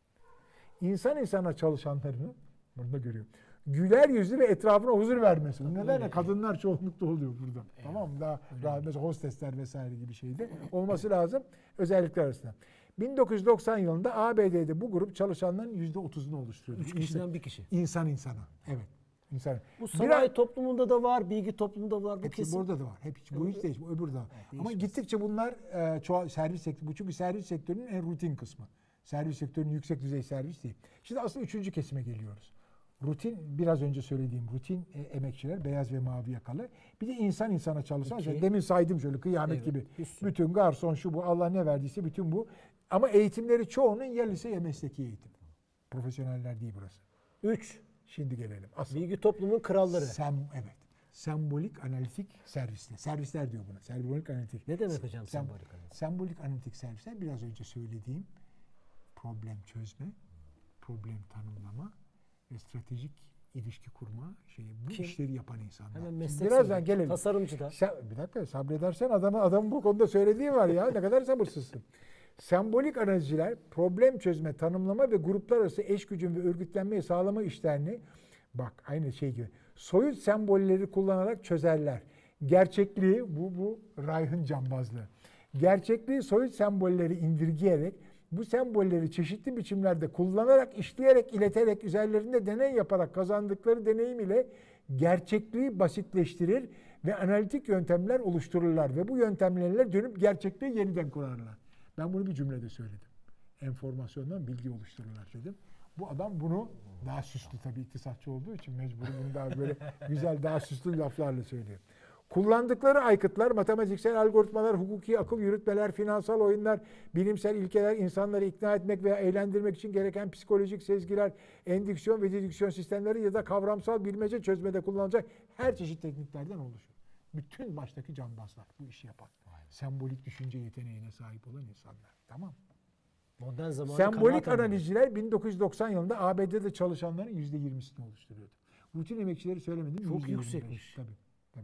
İnsan insana çalışanlarını burada görüyorum. Güler yüzlü ve etrafına huzur vermesi. Bu nedenle kadınlar çoğunlukta oluyor burada. Tamam mı? Daha rahat, mesela hostesler vesaire gibi şeyde olması lazım özellikler arasında. bin dokuz yüz doksan yılında A B D'de bu grup çalışanların yüzde otuzunu oluşturuyordu. Üç kişiden bir kişi. İnsan insana. Evet. İnsan. Bu sanayi Biraz- toplumunda da var, bilgi toplumunda var. Bu Hepsi kesin. burada da var. Hep bu hiç değiş, bu öbürü de var. Ama değişmez. gittikçe bunlar e, çoğal, servis sektörü. Bu çünkü servis sektörünün en rutin kısmı. Servis sektörünün yüksek düzey servis değil. Şimdi aslında üçüncü kesime geliyoruz. Rutin, biraz önce söylediğim rutin e, emekçiler, beyaz ve mavi yakalı. Bir de insan insana çalışan, İki. işte demin saydım şöyle kıyamet Evet, gibi. bir sürü. Bütün garson şu bu, Allah ne verdiyse bütün bu. Ama eğitimleri çoğunun ya lise ya mesleki eğitim. Profesyoneller değil burası. Üç. Şimdi gelelim. Asıl. Bilgi toplumunun kralları. Sem, evet. Sembolik analitik servisler. Servisler diyor buna. Sembolik analitik. Ne demek hocam Sem- sembolik analitik? Sembolik analitik servisler biraz önce söylediğim problem çözme, problem tanımlama ve stratejik ilişki kurma şeyi. Bu Kim? işleri yapan insanlar. Hemen Şimdi meslek birazdan sahibi. gelelim. Tasarımcı da. Sen, bir dakika sabredersen adamı, adamın bu konuda söylediği var ya. Ne kadar sabırsızsın. Sembolik analizciler problem çözme, tanımlama ve gruplar arası eş gücün ve örgütlenmeyi sağlama işlerini, bak aynı şey gibi, soyut sembolleri kullanarak çözerler. Gerçekliği, bu bu Reich'ın cambazlığı. Gerçekliği soyut sembolleri indirgeyerek, bu sembolleri çeşitli biçimlerde kullanarak, işleyerek, ileterek, üzerlerinde deney yaparak kazandıkları deneyim ile gerçekliği basitleştirir ve analitik yöntemler oluştururlar ve bu yöntemlerle dönüp gerçekliği yeniden kurarlar. Ben bunu bir cümlede söyledim. Enformasyondan bilgi oluştururlar dedim. Bu adam bunu daha süslü, tabii iktisatçı olduğu için mecbur bunu daha böyle güzel, daha süslü laflarla söylüyor. Kullandıkları aygıtlar, matematiksel algoritmalar, hukuki akıl yürütmeler, finansal oyunlar, bilimsel ilkeler, insanları ikna etmek veya eğlendirmek için gereken psikolojik sezgiler, endüksiyon ve dedüksiyon sistemleri ya da kavramsal bilmece çözmede kullanılacak her çeşit tekniklerden oluşur. Bütün baştaki cambazlar bu işi yapan. Sembolik düşünce yeteneğine sahip olan insanlar. Tamam. Modern zamanın Sembolik kanaat anlamı. analizciler bin dokuz yüz doksan yılında A B D'de çalışanların yüzde yirmisini oluşturuyordu. Rutin emekçileri söylemedim. Çok yüzde yirmi beş. yüksekmiş. Tabii. Tabii.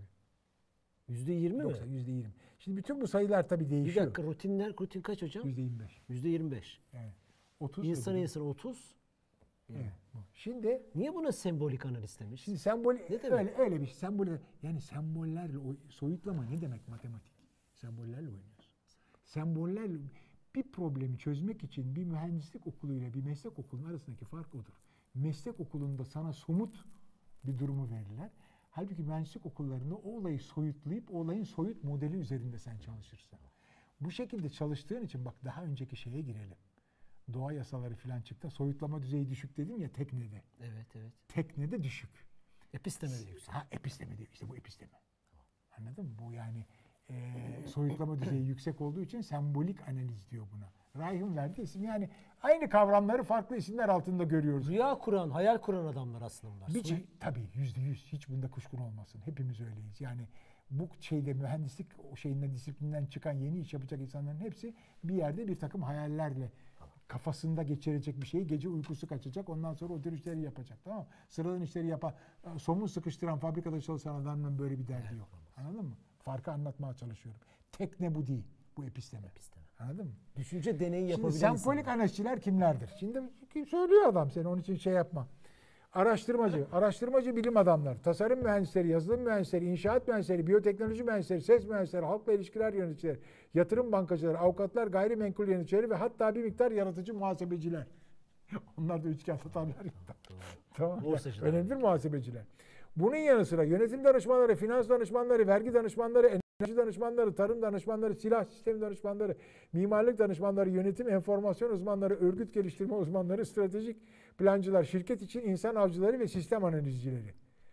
Yüzde yirmi mi? Yoksa yüzde yirmi. Şimdi bütün bu sayılar tabii Bir değişiyor. dakika, rutinler, rutin kaç hocam? Yüzde yirmi beş. Yüzde yirmi beş. Evet. otuz İnsan öbürü. insan otuz. Evet, bu. Şimdi Niye buna sembolik analiz demiş? Şimdi sembol Ne demek? öyle öyle bir şey. Sembol yani sembollerle oy- soyutlama ne demek matematik? Sembollerle oynuyorsun. Sembollerle bir problemi çözmek için bir mühendislik okuluyla bir meslek okulunun arasındaki fark odur. Meslek okulunda sana somut bir durumu verirler. Halbuki mühendislik okullarında o olayı soyutlayıp o olayın soyut modeli üzerinde sen çalışırsın. Bu şekilde çalıştığın için bak daha önceki şeye girelim. Doğa yasaları falan çıktı. Soyutlama düzeyi düşük dedim ya teknede. Evet evet. Teknede düşük. Episteme de yüksek. Ha episteme diyor. İşte bu episteme. Anladın mı? Bu yani e, soyutlama düzeyi yüksek olduğu için sembolik analiz diyor buna. Reich'in verdiği isim. Yani aynı kavramları farklı isimler altında görüyoruz. Rüya kuran, hayal kuran adamlar aslında bunlar. Bir Soy- şey, tabii yüzde yüz hiç bunda kuşkun olmasın. Hepimiz öyleyiz. Yani bu şeyde mühendislik o şeyinden disiplinden çıkan yeni iş yapacak insanların hepsi bir yerde bir takım hayallerle kafasında geçirecek bir şeyi gece uykusu kaçacak. Ondan sonra o tür işleri yapacak. Tamam mı? Sıradan işleri yapan, somun sıkıştıran fabrikada çalışan adamın böyle bir derdi yok. Anladın mı? Farkı anlatmaya çalışıyorum. Tekne bu değil. Bu episteme. Episteme. Anladın mı? Düşünce deneyi Şimdi yapabilen sembolik insanlar. analizciler kimlerdir? Şimdi söylüyor adam seni onun için şey yapma. Araştırmacı, araştırmacı bilim adamları, tasarım mühendisleri, yazılım mühendisleri, inşaat mühendisleri, biyoteknoloji mühendisleri, ses mühendisleri, halkla ilişkiler yöneticileri, yatırım bankacıları, avukatlar, gayrimenkul yöneticileri ve hatta bir miktar yaratıcı muhasebeciler. Onlar da üçgen tutarlar ya. Tamam. Borsacılar. Önemlidir muhasebeciler. Bunun yanı sıra yönetim danışmanları, finans danışmanları, vergi danışmanları, enerji danışmanları, tarım danışmanları, silah sistemi danışmanları, mimarlık danışmanları, yönetim enformasyon uzmanları, örgüt geliştirme uzmanları, stratejik plancılar, şirket için insan avcıları ve sistem analizcileri.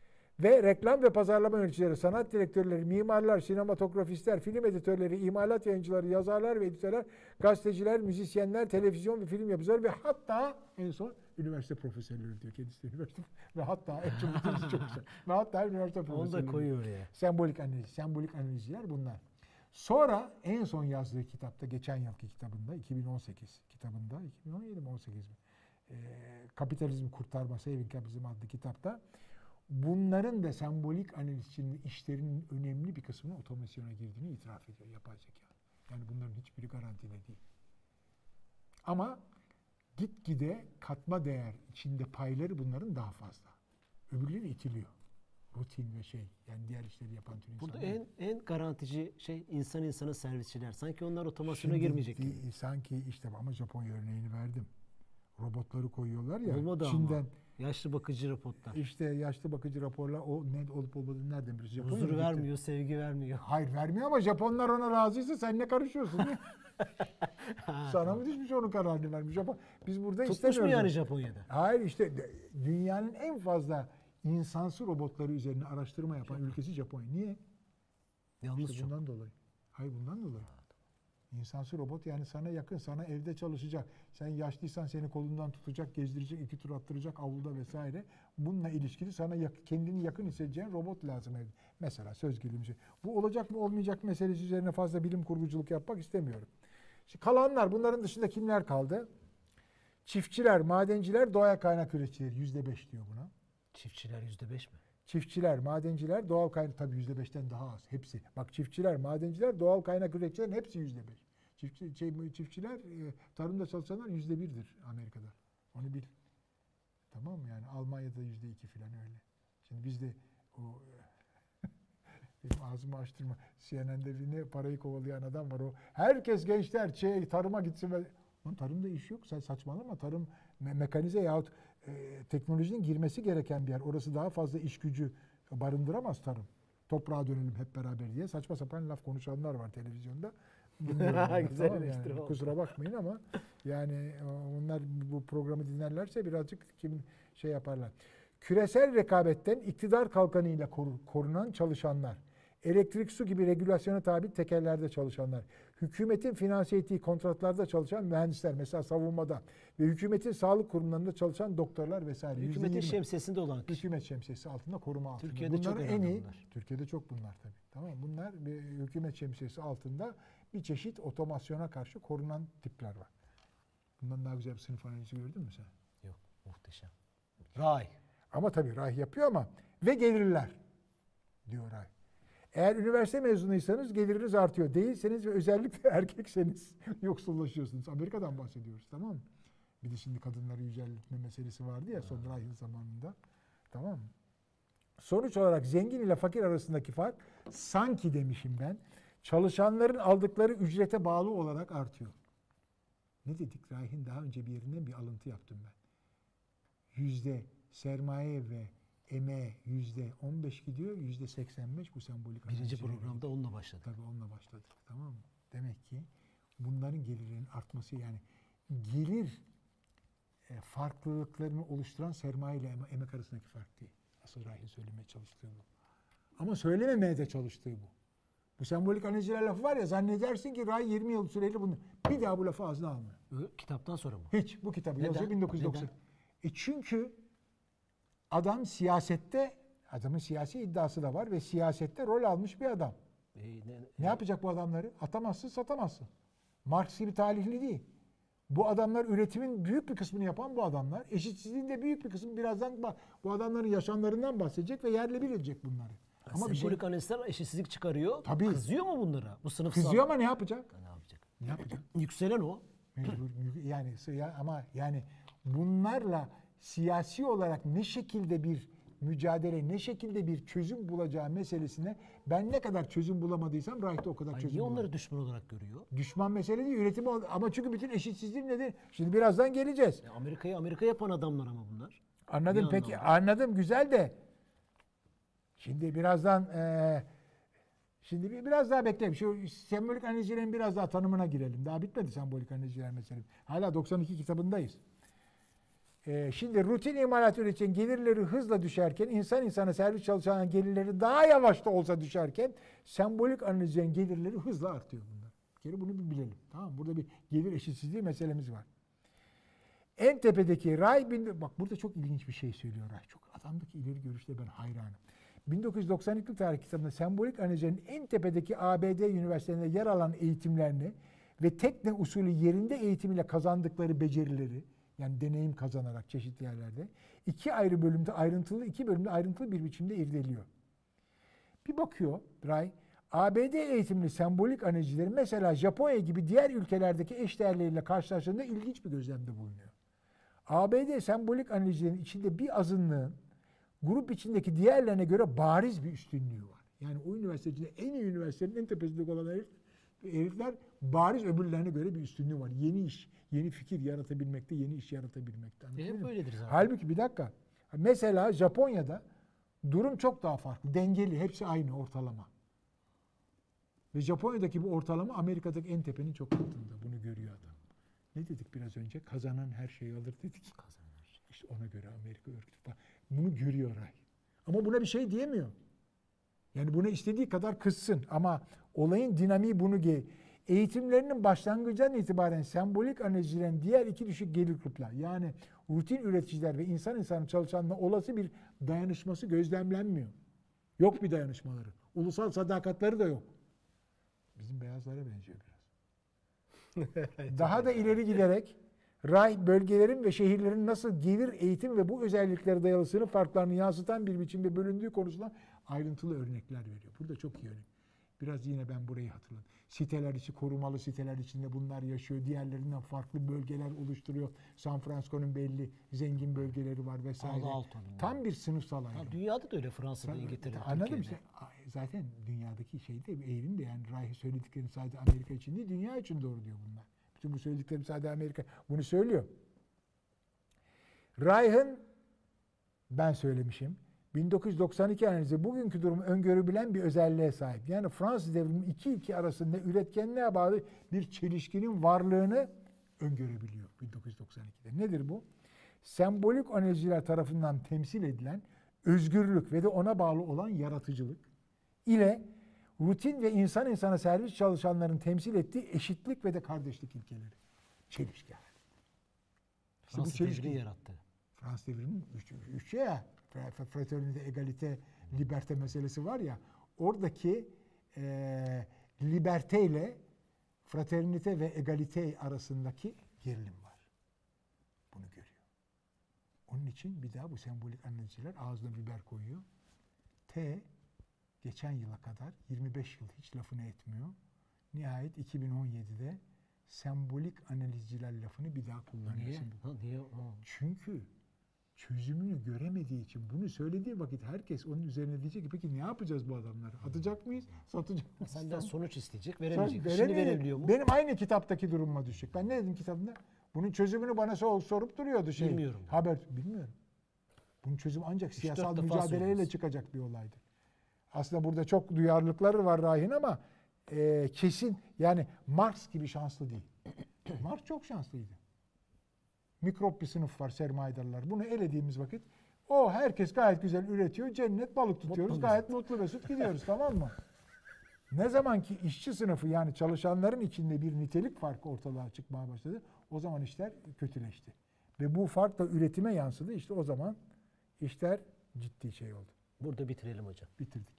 Ve reklam ve pazarlama yöneticileri, sanat direktörleri, mimarlar, sinematografistler, film editörleri, imalat yayıncıları, yazarlar ve editörler, gazeteciler, müzisyenler, televizyon ve film yapıcıları ve hatta en son üniversite profesörleri diyor kendisi de üniversite ve hatta en çok bitirisi çok güzel. Ve hatta üniversite Onu profesörleri. da koyuyor oraya. Sembolik analiz, sembolik analizciler bunlar. Sonra en son yazdığı kitapta, geçen yılki kitabında, iki bin on sekiz kitabında, iki bin on yedi mi on sekiz mi? Ee, Kapitalizm Kurtarma, Saving Capitalism adlı kitapta bunların da sembolik analiz için işlerinin önemli bir kısmının otomasyona girdiğini itiraf ediyor yapay zeka. Yani bunların hiçbiri garantili değil. Ama gitgide katma değer içinde payları bunların daha fazla. Öbürleri itiliyor. Rutin ve şey yani diğer işleri yapan tür insanlar. Burada en en garantici şey insan insana servisçiler. Sanki onlar otomasyona Şimdi girmeyecek gibi. di- Sanki işte ama Japonya örneğini verdim. Robotları koyuyorlar ya. Olmadı Çin'den ama. Yaşlı bakıcı robotlar. işte yaşlı bakıcı raporlar o ne olup olmadığını nereden biliyorsun? Japonya Huzur mı gitti? vermiyor, sevgi vermiyor. Hayır vermiyor ama Japonlar ona razıysa sen ne karışıyorsun? Sana mı düşmüş onun kararını vermiş? Japon. Biz burada Tutmuş istemiyoruz. mu yani Japonya'da? Hayır işte de- dünyanın en fazla insansı robotları üzerine araştırma yapan ülkesi Japonya. Niye? Yalnız İşte çok. bundan dolayı. Hayır bundan dolayı. İnsansı robot yani sana yakın, sana evde çalışacak. Sen yaşlıysan seni kolundan tutacak, gezdirecek, iki tur attıracak avluda vesaire. Bununla ilişkili sana yak- kendini yakın hissedeceğin robot lazım evde. Mesela söz gelimi. Bu olacak mı olmayacak meselesi üzerine fazla bilim kurguculuk yapmak istemiyorum. Şimdi kalanlar, bunların dışında kimler kaldı? Çiftçiler, madenciler, doğal kaynak üreticileri. Yüzde beş diyor buna. Çiftçiler yüzde beş mi? Çiftçiler, madenciler, doğal kaynak tabii yüzde beşten daha az hepsi. Bak çiftçiler, madenciler, doğal kaynak üreticilerin hepsi yüzde beş. Çiftçi, şey, çiftçiler, e, tarımda çalışanlar yüzde birdir Amerika'da. Onu bil. Tamam mı? Yani Almanya'da yüzde iki falan öyle. Şimdi bizde o benim ağzımı açtırma. C N N'de bir ne parayı kovalayan adam var o. Herkes gençler şey, tarıma gitsin ve Lan tarımda iş yok. Sen saçmalama. Tarım me- mekanize yahut e, teknolojinin girmesi gereken bir yer. Orası daha fazla iş gücü barındıramaz tarım. Toprağa dönelim hep beraber diye saçma sapan laf konuşanlar var televizyonda. Bilmiyorum yani, Güzel tamam eleştiri yani, oldu. kusura bakmayın ama yani onlar bu programı dinlerlerse birazcık kim şey yaparlar. Küresel rekabetten iktidar kalkanıyla koru- korunan çalışanlar. Elektrik, su gibi regülasyona tabi tekerlerde çalışanlar, hükümetin finanse ettiği kontratlarda çalışan mühendisler, mesela savunmada ve hükümetin sağlık kurumlarında çalışan doktorlar vesaire. yüzde Hükümetin yirmi. şemsiyesinde olan kişi. Hükümet şemsiyesi altında, koruma altında. Türkiye'de çok Bunların en önemli iyi, bunlar. Türkiye'de çok bunlar tabii. Tamam mı? Bunlar bir hükümet şemsiyesi altında bir çeşit otomasyona karşı korunan tipler var. Bundan daha güzel bir sınıf analizi gördün mü sen? Yok, muhteşem. Ray. Ama tabii Ray yapıyor ama ve gelirler diyor Ray. Eğer üniversite mezunuysanız geliriniz artıyor. Değilseniz ve özellikle erkekseniz yoksullaşıyorsunuz. Amerika'dan bahsediyoruz, tamam mı? Bir de şimdi kadınları yüceltme meselesi vardı ya son Reich'in zamanında. Tamam mı? Sonuç olarak zengin ile fakir arasındaki fark sanki demişim ben çalışanların aldıkları ücrete bağlı olarak artıyor. Ne dedik? Reich'in daha önce bir yerinden bir alıntı yaptım ben. Yüzde sermaye ve emeğe yüzde on beş gidiyor, yüzde seksen beş bu sembolik. Birinci programda onunla başladık. Tabii onunla başladık. Tamam mı? Demek ki bunların gelirlerin artması yani gelir e, farklılıklarını oluşturan sermaye ile eme- emek arasındaki fark değil. Asıl Reich'in söylemeye çalıştığı bu. Ama söylememeye de çalıştığı bu. Bu sembolik analizciler lafı var ya zannedersin ki Reich yirmi yıl süreyle bunu bir daha bu lafı ağzına almıyor. Ö- Kitaptan sonra mı? Hiç bu kitabı Neden? yazıyor bin dokuz yüz doksan. Neden? E çünkü adam siyasette adamın siyasi iddiası da var ve siyasette rol almış bir adam. E, ne, Ne yapacak bu adamları? Atamazsın, satamazsın. Marx gibi talihli değil. Bu adamlar üretimin büyük bir kısmını yapan bu adamlar. Eşitsizliğin de büyük bir kısmı birazdan ba- bu adamların yaşamlarından bahsedecek ve yerle bir edecek bunları. Ama bir şey sembolik analistler eşitsizlik çıkarıyor. Tabii. Kızıyor mu bunlara? Bu sınıfsal. kızıyor ama ne yapacak? Ne yapacak? Ne yapacak? Yükselen o. Mecbur, yani ya- ama yani bunlarla siyasi olarak ne şekilde bir mücadele, ne şekilde bir çözüm bulacağı meselesine ben ne kadar çözüm bulamadıysam Reich'te o kadar Ay, çözüm niye bulamadım. onları düşman olarak görüyor? Düşman mesele değil, üretim ol- ama çünkü bütün eşitsizlik nedir? Şimdi birazdan geleceğiz. E, Amerika'yı Amerika yapan adamlar ama bunlar. Anladım Bir peki, anlamda. anladım güzel de şimdi birazdan eee, şimdi bir, biraz daha bekleyelim. Şu sembolik analizcilerin biraz daha tanımına girelim. Daha bitmedi sembolik analizciler meselesi. Hala doksan iki kitabındayız. Eee, şimdi rutin imalat üreten gelirleri hızla düşerken, insan insana servis çalışan gelirleri daha yavaş da olsa düşerken, sembolik analizcilerin gelirleri hızla artıyor bunlar. Bir kere bunu bir bilelim. Tamam mı? Burada bir gelir eşitsizliği meselemiz var. En tepedeki Ray, bin- bak burada çok ilginç bir şey söylüyor Ray. Çok adamdaki ileri görüşte ben hayranım. bin dokuz yüz doksan iki tarih kitabında sembolik analizlerin en tepedeki A B D üniversitelerinde yer alan eğitimlerini ve tekne usulü yerinde eğitimiyle kazandıkları becerileri, yani deneyim kazanarak çeşitli yerlerde iki ayrı bölümde ayrıntılı, iki bölümde ayrıntılı bir biçimde irdeliyor. Bir bakıyor Ray, A B D eğitimli sembolik analizcileri mesela Japonya gibi diğer ülkelerdeki eşdeğerleriyle karşılaştığında ilginç bir gözlemde bulunuyor. A B D sembolik analizcilerin içinde bir azınlığın grup içindeki diğerlerine göre bariz bir üstünlüğü var. Yani o üniversite içinde en iyi üniversitenin en tepesinde olan herif, herifler bariz öbürlerine göre bir üstünlüğü var. Yeni iş, yeni fikir yaratabilmekte, yeni iş yaratabilmekte. E, Anladın hep mı? böyledir zaten. Halbuki bir dakika. Mesela Japonya'da durum çok daha farklı. Dengeli, hepsi aynı ortalama. Ve Japonya'daki bu ortalama Amerika'daki en tepenin çok altında. Bunu görüyor adam. Ne dedik biraz önce? Kazanan her şeyi alır dedik. Kazanır. İşte ona göre Amerika örgütü falan. Bunu görüyor Ray. Ama buna bir şey diyemiyor. Yani buna istediği kadar kızsın. Ama olayın dinamiği bunu ge. Eğitimlerinin başlangıcından itibaren sembolik analizcilerin diğer iki düşük gelir gruplar, yani rutin üreticiler ve insan insanın çalışanla olası bir dayanışması gözlemlenmiyor. Yok bir dayanışmaları. Ulusal sadakatleri de yok. Bizim beyazlara benziyor biraz. Daha da ileri giderek Ray bölgelerin ve şehirlerin nasıl gelir, eğitim ve bu özelliklere dayalı sınıf farklarını yansıtan bir biçimde bölündüğü konusunda ayrıntılı örnekler veriyor. Burada çok iyi örnek. Biraz yine ben burayı hatırladım. Siteler içi, korumalı siteler içinde bunlar yaşıyor. Diğerlerinden farklı bölgeler oluşturuyor. San Francisco'nun belli zengin bölgeleri var vesaire. Alt alta bunlar. Tam bir sınıfsal ayrım. Ya dünyada da öyle, Fransa'da, İngiltere'de, Anladım Türkiye'de. işte. Zaten dünyadaki şey de eğilim de yani Ray söylediklerim sadece Amerika için değil, dünya için doğru diyor bunlar. Bütün bu söylediklerim sadece Amerika bunu söylüyor. Reich'ın ben söylemişim bin dokuz yüz doksan iki analizi bugünkü durumu öngörebilen bir özelliğe sahip. Yani Fransız devrimi iki ülke arasında üretkenliğe bağlı bir çelişkinin varlığını öngörebiliyor bin dokuz yüz doksan ikide. Nedir bu? Sembolik analizciler tarafından temsil edilen özgürlük ve de ona bağlı olan yaratıcılık ile rutin ve insan insana servis çalışanların temsil ettiği eşitlik ve de kardeşlik ilkeleri. Çelişki. İşte bu Fransız çelişki devri yarattı. Fransız devrinin üç, üç şey ya, fraternite, egalite, liberte meselesi var ya, oradaki e, liberte ile fraternite ve egalite arasındaki gerilim var. Bunu görüyor. Onun için bir daha bu sembolik analizciler ağzına biber koyuyor. T geçen yıla kadar yirmi beş yıl hiç lafını etmiyor. Nihayet iki bin on yedide sembolik analizciler lafını bir daha kullanıyor. Niye? Şimdi. Ha, niye? Ha. Çünkü çözümünü göremediği için bunu söylediği vakit herkes onun üzerine diyecek ki peki ne yapacağız bu adamları? Atacak mıyız? Satacak mıyız? Senden sonuç isteyecek, Sen veremeyecek. Şimdi veremeyiz. verebiliyor mu? Benim aynı kitaptaki durumuma düşecek. Ben ne dedim kitabında? Bunun çözümünü bana sor, sorup duruyordu şey. Bilmiyorum. Haber bilmiyorum. Bunun çözümü ancak siyasal defa mücadeleyle söylediniz. çıkacak bir olaydı. Aslında burada çok duyarlılıkları var Rahin ama e, kesin yani Marx gibi şanslı değil. Marx çok şanslıydı. Mikrop bir sınıf var sermayedarlar. Bunu elediğimiz vakit o herkes gayet güzel üretiyor. Cennet balık tutuyoruz. Mutlu Gayet mutlu mesut gidiyoruz tamam mı? Ne zaman ki işçi sınıfı yani çalışanların içinde bir nitelik farkı ortalığa çıkmaya başladı. O zaman işler kötüleşti. Ve bu fark da üretime yansıdı. İşte o zaman işler ciddi şey oldu. Burada bitirelim hocam. Bitirdik.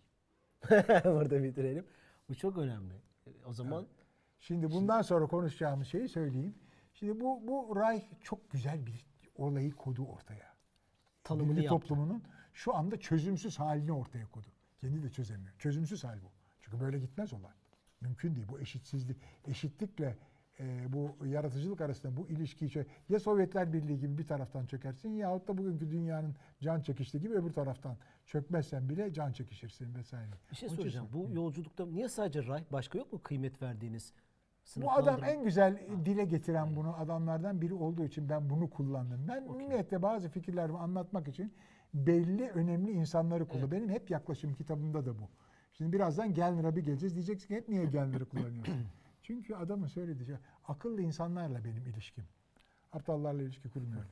Burada bitirelim. Bu çok önemli. O zaman Şimdi bundan sonra konuşacağımız şeyi söyleyeyim. Şimdi bu bu Reich çok güzel bir olayı kodu ortaya. tanımını Bilgi yaptı. toplumunun şu anda çözümsüz halini ortaya koydu. Kendi de çözemiyor. Çözümsüz hal bu. Çünkü böyle gitmez olay. Mümkün değil. Bu eşitsizlik, eşitlikle e, bu yaratıcılık arasında bu ilişkiyi çö- ya Sovyetler Birliği gibi bir taraftan çökersin yahut da bugünkü dünyanın can çekiştiği gibi öbür taraftan çökmezsen bile can çekişirsin vesaire. Bir şey Onun için soracağım. Bu yolculukta niye sadece Reich, başka yok mu kıymet verdiğiniz? Bu adam sınıflandırma- en güzel dile getiren bunu adamlardan biri olduğu için ben bunu kullandım. Ben niyetle bazı fikirlerimi anlatmak için belli önemli insanları kullanıyorum. Benim hep yaklaşım kitabımda da bu. Şimdi birazdan Gellner'a bir geleceğiz. Diyeceksin ki hep niye Gellner'ı kullanıyorsun? Çünkü adamın söylediği şey akıllı insanlarla benim ilişkim. Aptallarla ilişki kurmuyorum.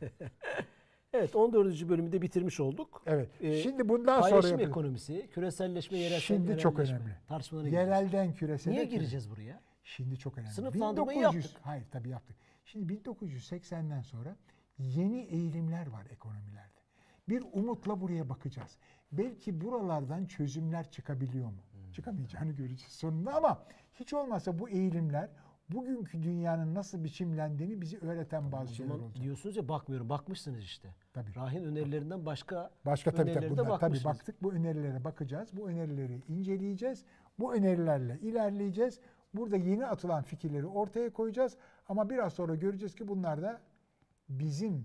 Evet, on dördüncü bölümü de bitirmiş olduk. Evet. Ee, Şimdi bundan sonra Paylaşım yapıyoruz. ekonomisi, küreselleşme, yerel Şimdi çok yerelleşme önemli. tartışmalarına gireceğiz. Yerelden küresele. Niye gireceğiz buraya? Şimdi çok önemli. Sınıflandırmayı bin dokuz yüz yaptık. Hayır tabii yaptık. Şimdi bin dokuz yüz seksenden sonra yeni eğilimler var ekonomilerde. Bir umutla buraya bakacağız. Belki buralardan çözümler çıkabiliyor mu? Hmm. Çıkamayacağını göreceğiz sonunda ama hiç olmazsa bu eğilimler bugünkü dünyanın nasıl biçimlendiğini bizi öğreten bazı O şeyler zaman olacak. diyorsunuz ya bakmıyorum. Bakmışsınız işte. Tabii. Rah'in önerilerinden başka Başka tabii tabii önerilere de bunlar tabii bakmışsınız. baktık. Bu önerilere bakacağız. Bu önerileri inceleyeceğiz. Bu önerilerle ilerleyeceğiz. Burada yeni atılan fikirleri ortaya koyacağız. Ama biraz sonra göreceğiz ki bunlar da bizim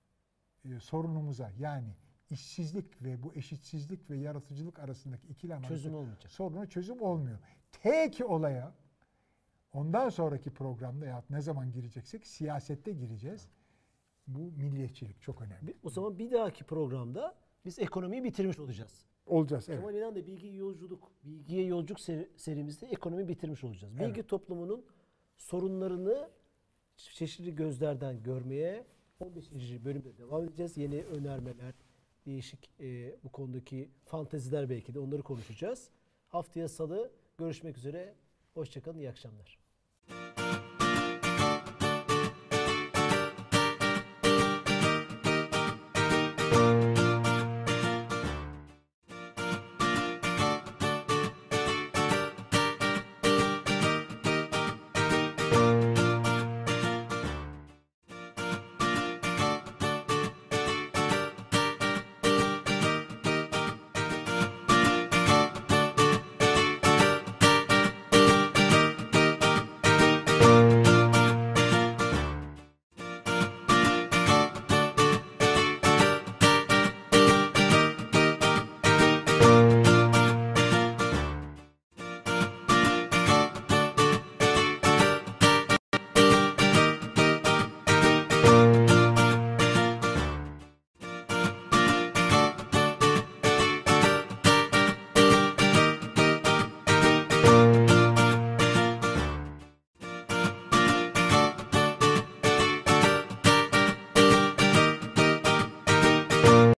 e, sorunumuza yani işsizlik ve bu eşitsizlik ve yaratıcılık arasındaki ikilem Çözüm arasındaki olmayacak. soruna çözüm olmuyor. Tek olaya ondan sonraki programda ya ne zaman gireceksek siyasette gireceğiz. Bu milliyetçilik çok önemli. Bir- O zaman bir dahaki programda biz ekonomiyi bitirmiş olacağız. Olacağız evet. Kemal İnan da Bilgi Yolculuk, Bilgiye Yolculuk seri- serimizde ekonomi bitirmiş olacağız. Bilgi Evet. toplumunun sorunlarını çeşitli gözlerden görmeye on beşinci bölümde devam edeceğiz. Yeni önermeler, değişik e, bu konudaki fanteziler belki de onları konuşacağız. Haftaya Salı görüşmek üzere. Hoşçakalın, iyi akşamlar.